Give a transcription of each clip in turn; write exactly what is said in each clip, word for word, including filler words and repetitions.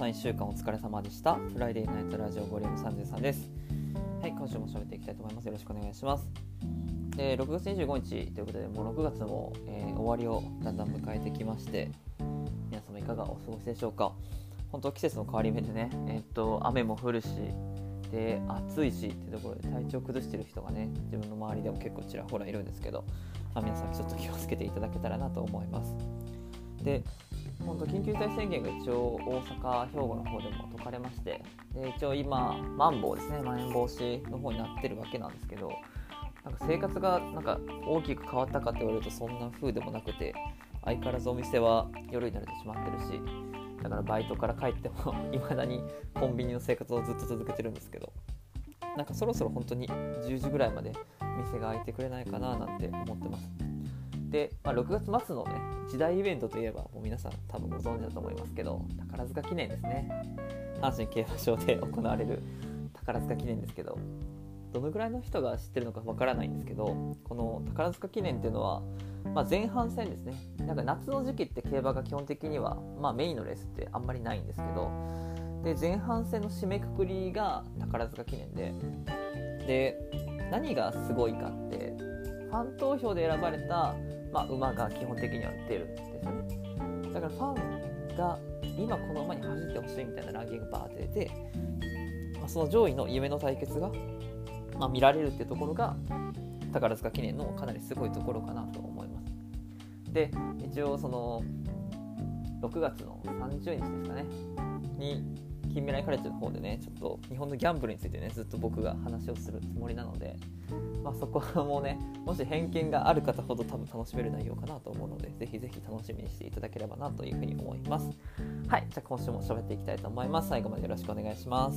いっしゅうかんお疲れ様でした。フライデーナイトラジオボリュームさんじゅうさんです。はい、今週も喋っていきたいと思います。よろしくお願いします。でろくがつにじゅうごにちということで、もうろくがつも、えー、終わりをだんだん迎えてきまして、皆様いかがお過ごしでしょうか。本当季節の変わり目でね、えー、っと雨も降るし、で暑いしっていうところで体調崩してる人がね、自分の周りでも結構ちらほらいるんですけど、まあ、皆さんちょっと気をつけていただけたらなと思います。で本当緊急事態宣言が一応大阪、兵庫の方でも解かれまして、で一応今マンボウですね、まん延防止の方になってるわけなんですけど、なんか生活がなんか大きく変わったかって言われるとそんな風でもなくて、相変わらずお店は夜になると閉まってるし、だからバイトから帰っても未だにコンビニの生活をずっと続けてるんですけど、なんかそろそろ本当にじゅうじぐらいまで店が開いてくれないかななんて思ってます。で、まあ、ろくがつ末のね時代イベントといえば、もう皆さん多分ご存知だと思いますけど、宝塚記念ですね。阪神競馬場で行われる宝塚記念ですけど、どのぐらいの人が知ってるのかわからないんですけど、この宝塚記念っていうのは、まあ、前半戦ですね。なんか夏の時期って競馬が基本的には、まあ、メインのレースってあんまりないんですけど、で前半戦の締めくくりが宝塚記念で、で何がすごいかって、ファン投票で選ばれた、まあ、馬が基本的には出るんですよね。だからファンが今この馬に走ってほしいみたいなランキングバーって出て、まあ、その上位の夢の対決が、まあ、見られるっていうところが宝塚記念のかなりすごいところかなと思います。で一応そのろくがつのさんじゅうにちですかねに近未来カレッジの方でね、ちょっと日本のギャンブルについてねずっと僕が話をするつもりなので、まあ、そこもね、もし偏見がある方ほど多分楽しめる内容かなと思うので、ぜひぜひ楽しみにしていただければなというふうに思います。はい、じゃあ今週も喋っていきたいと思います。最後までよろしくお願いします。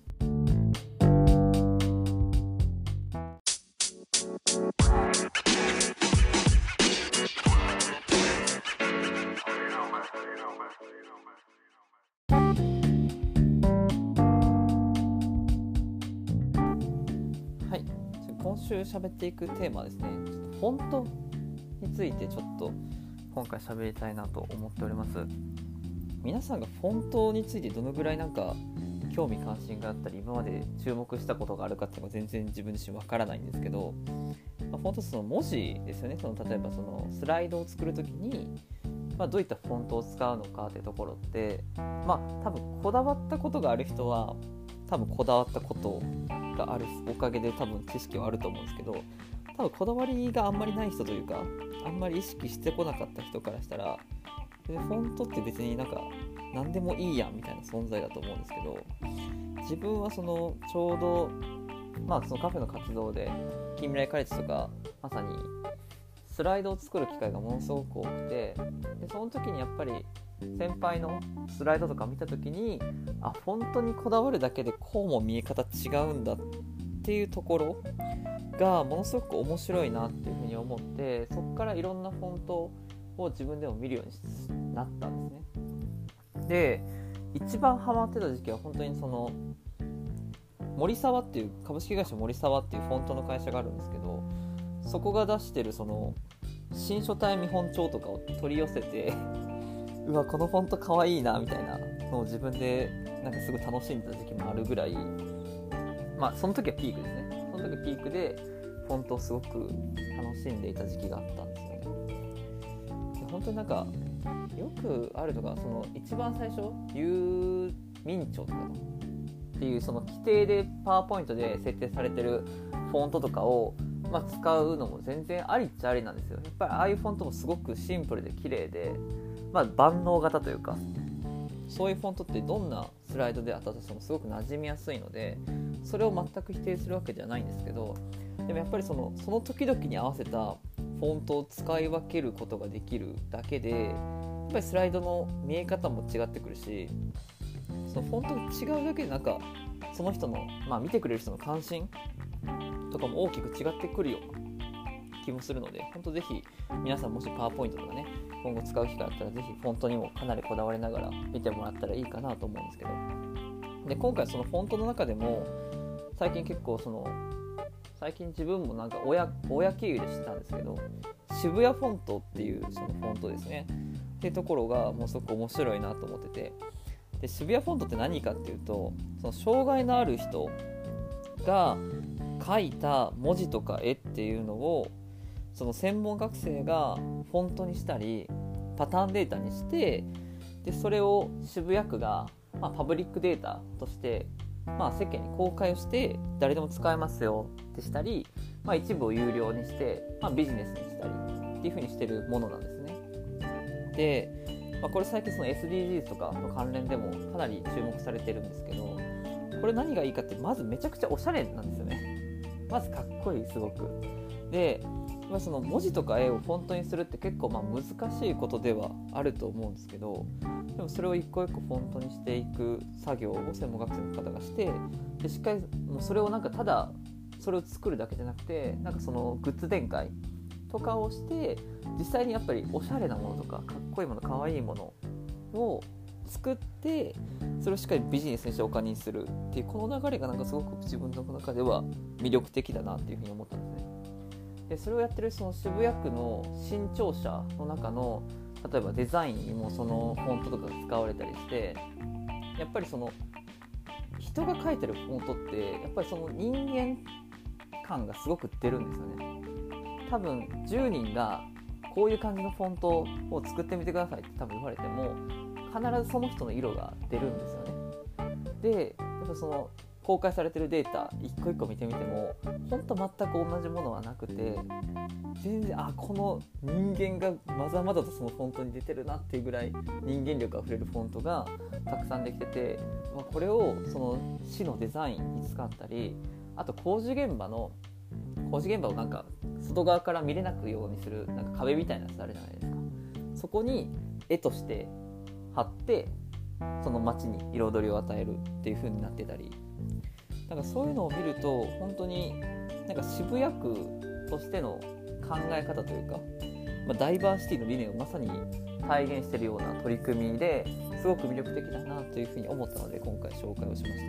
今週喋っていくテーマはですね、ちょっとフォントについてちょっと今回喋りたいなと思っております。皆さんがフォントについてどのぐらいなんか興味関心があったり、今まで注目したことがあるかっていうのが全然自分自身わからないんですけど、まあ、フォントその文字ですよね。その例えばそのスライドを作るときに、まあ、どういったフォントを使うのかっていうところって、まあ多分こだわったことがある人は多分こだわったことがあるおかげで多分知識はあると思うんですけど、多分こだわりがあんまりない人というか、あんまり意識してこなかった人からしたら、フォントって別になんか何でもいいやんみたいな存在だと思うんですけど、自分はそのちょうどまあそのカフェの活動で近未来カレッジとかまさにスライドを作る機会がものすごく多くて、でその時にやっぱり先輩のスライドとか見た時に、あ、フォントにこだわるだけでこうも見え方違うんだっていうところがものすごく面白いなっていうふうに思って、そこからいろんなフォントを自分でも見るようになったんですね。で一番ハマってた時期は本当にその森沢っていう株式会社森沢っていうフォントの会社があるんですけど、そこが出してるその新書体見本帳とかを取り寄せてうわこのフォントかわいいなみたいなのを自分でなんかすごい楽しんでた時期もあるぐらい、まあその時はピークですね。その時ピークでフォントをすごく楽しんでいた時期があったんですよね。で本当になんかよくあるのが、その一番最初有民帳とかっていうその規定でパワーポイントで設定されてるフォントとかをまあ使うのも全然ありっちゃありなんですよ。やっぱりああいうフォントもすごくシンプルで綺麗で、まあ、万能型というか、そういうフォントってどんなスライドであったとしてもすごく馴染みやすいので、それを全く否定するわけじゃないんですけど、でもやっぱりその、その時々に合わせたフォントを使い分けることができるだけで、やっぱりスライドの見え方も違ってくるし、そのフォントが違うだけでなんかその人の、まあ、見てくれる人の関心とかも大きく違ってくるような気もするので、本当ぜひ皆さんもしパワーポイントとかね今後使う機会あったら、ぜひフォントにもかなりこだわりながら見てもらったらいいかなと思うんですけど、で今回そのフォントの中でも最近結構その最近自分もなんか親親経由で知ったんですけど、渋谷フォントっていうそのフォントですねっていうところがもうすごく面白いなと思ってて、 で渋谷フォントって何かっていうと、その障害のある人が書いた文字とか絵っていうのをその専門学生がフォントにしたりパターンデータにして、でそれを渋谷区が、まあ、パブリックデータとして、まあ、世間に公開をして誰でも使えますよってしたり、まあ、一部を有料にして、まあ、ビジネスにしたりっていう風にしてるものなんですね。で、まあ、これ最近その エスディージーズ とかの関連でもかなり注目されてるんですけど、これ何がいいかってまずめちゃくちゃおしゃれなんですよね。まずかっこいい、すごく。でその文字とか絵をフォントにするって結構まあ難しいことではあると思うんですけど、でもそれを一個一個フォントにしていく作業を専門学生の方がして、でしっかりもうそれをなんかただそれを作るだけじゃなくて、なんかそのグッズ展開とかをして実際にやっぱりおしゃれなものとかかっこいいもの、かわいいものを作ってそれをしっかりビジネスにしてお金にするっていうこの流れがなんかすごく自分の中では魅力的だなっていうふうに思ったんですね。でそれをやってるその渋谷区の新庁舎の中の例えばデザインにもそのフォントとかが使われたりして、やっぱりその人が書いてるフォントってやっぱりその人間感がすごく出るんですよね。多分じゅうにんがこういう感じのフォントを作ってみてくださいって多分言われても必ずその人の色が出るんですよね。でやっぱその公開されてるデータ一個一個見てみても本当全く同じものはなくて、全然あこの人間がまざまざとそのフォントに出てるなっていうぐらい人間力あふれるフォントがたくさんできてて、まあ、これをその市のデザインに使ったり、あと工事現場の工事現場をなんか外側から見れなくようにするなんか壁みたいなやつあるじゃないですか。そこに絵として貼ってその街に彩りを与えるっていう風になってたり、なんかそういうのを見ると本当になんか渋谷区としての考え方というか、まあ、ダイバーシティの理念をまさに体現しているような取り組みですごく魅力的だなという風に思ったので今回紹介をしました。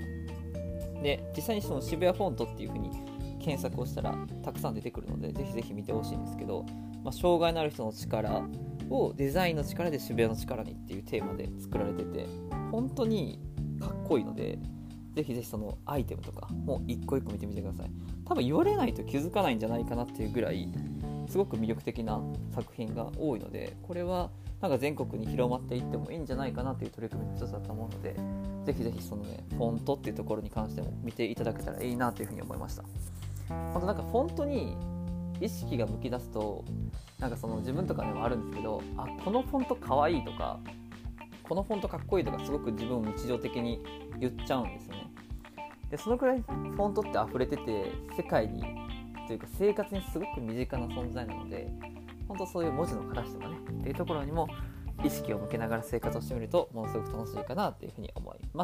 で実際にその渋谷フォントっていう風に検索をしたらたくさん出てくるのでぜひぜひ見てほしいんですけど、まあ、障害のある人の力をデザインの力で渋谷の力にっていうテーマで作られてて本当にかっこいいので、ぜひぜひそのアイテムとかも一個一個見てみてください。多分言われないと気づかないんじゃないかなっていうぐらいすごく魅力的な作品が多いので、これはなんか全国に広まっていってもいいんじゃないかなっていう取り組みの一つだと思うので、ぜひぜひそのねフォントっていうところに関しても見ていただけたらいいなというふうに思いました。本当なんかフォントに意識が向き出すとなんかその自分とかでもあるんですけど、あこのフォントかわいいとかこのフォントかっこいいとかすごく自分を日常的に言っちゃうんですよね。でそのくらいフォントって溢れてて世界にというか生活にすごく身近な存在なので、本当そういう文字の形とかねっていうところにも意識を向けながら生活をしてみるとものすごく楽しいかなというふうに思います。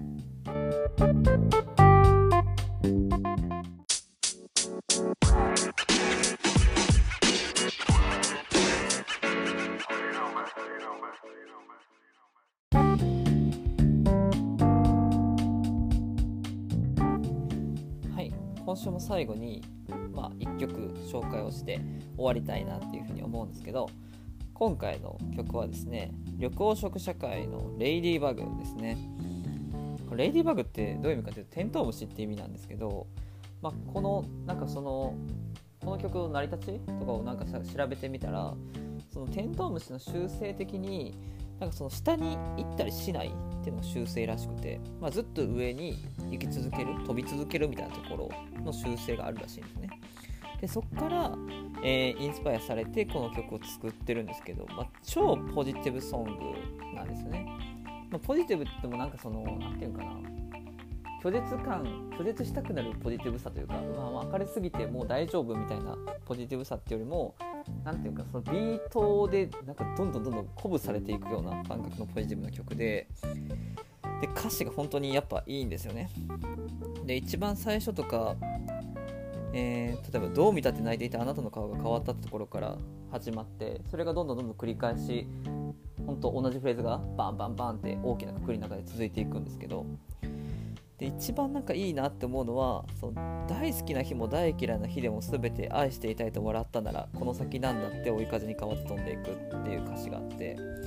今週も最後に、まあ、いっきょく紹介をして終わりたいなっていうふうに思うんですけど、今回の曲はですね緑黄色社会のレイディーバグですね。レイディーバグってどういう意味かというとテントウムシって意味なんですけど、まあ、このなんかそのこの曲の成り立ちとかをなんか調べてみたら、そのテントウムシの習性的になんかその下に行ったりしないっていうのが習性らしくて、まあ、ずっと上に行き続ける飛び続けるみたいなところの習性があるらしいんですね。でそこから、えー、インスパイアされてこの曲を作ってるんですけど、まあ、超ポジティブソングなんですね。まあ、ポジティブって言ってもなんかそのなんていうかな拒絶感拒絶したくなるポジティブさというか、まあ、明るすぎてもう大丈夫みたいなポジティブさっていうよりもなんていうかそのビートでなんかどんどんどんどん鼓舞されていくような感覚のポジティブな曲で、で歌詞が本当にやっぱいいんですよね。で一番最初とか、えー、例えばどう見たって泣いていたあなたの顔が変わったってところから始まって、それがどんどんどんどん繰り返し本当同じフレーズがバンバンバンって大きな括りの中で続いていくんですけど、で一番なんかいいなって思うのは、その大好きな日も大嫌いな日でも全て愛していたいと笑ったならこの先なんだって追い風に変わって飛んでいくっていう歌詞があって、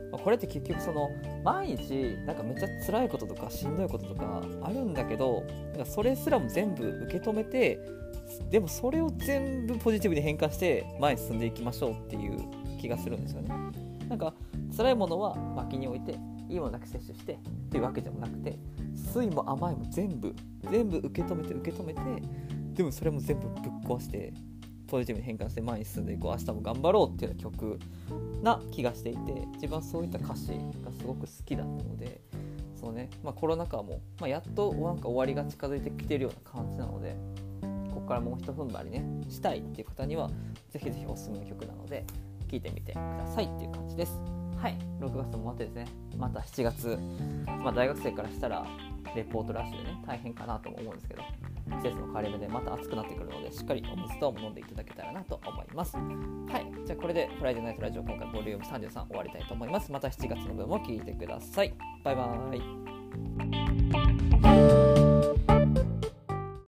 まあ、これって結局その毎日なんかめっちゃ辛いこととかしんどいこととかあるんだけど、なんかそれすらも全部受け止めて、でもそれを全部ポジティブに変換して前に進んでいきましょうっていう気がするんですよね。なんか辛いものは脇に置いていいものだけ摂取してっていうわけでもなくて、酸いも甘いも全部全部受け止めて受け止めて、でもそれも全部ぶっ壊してポジティブに変換して前に進んでいこう、明日も頑張ろうっていうような曲な気がしていて、自分はそういった歌詞がすごく好きだったので、そうね、まあ、コロナ禍も、まあ、やっとなんか終わりが近づいてきているような感じなので、ここからもう一踏ん張りねしたいっていう方にはぜひぜひおすすめの曲なので聴いてみてくださいっていう感じです。はい、ろくがつも終わってですね、またしちがつ、まあ、大学生からしたらレポートラッシュでね大変かなとも思うんですけど、季節の変わり目でまた暑くなってくるので、しっかりお水とも飲んでいただけたらなと思います。はい、じゃあこれでフライデーナイトラジオ今回ボリュームさんじゅうさん終わりたいと思います。またしちがつの分も聞いてください。バイバーイ。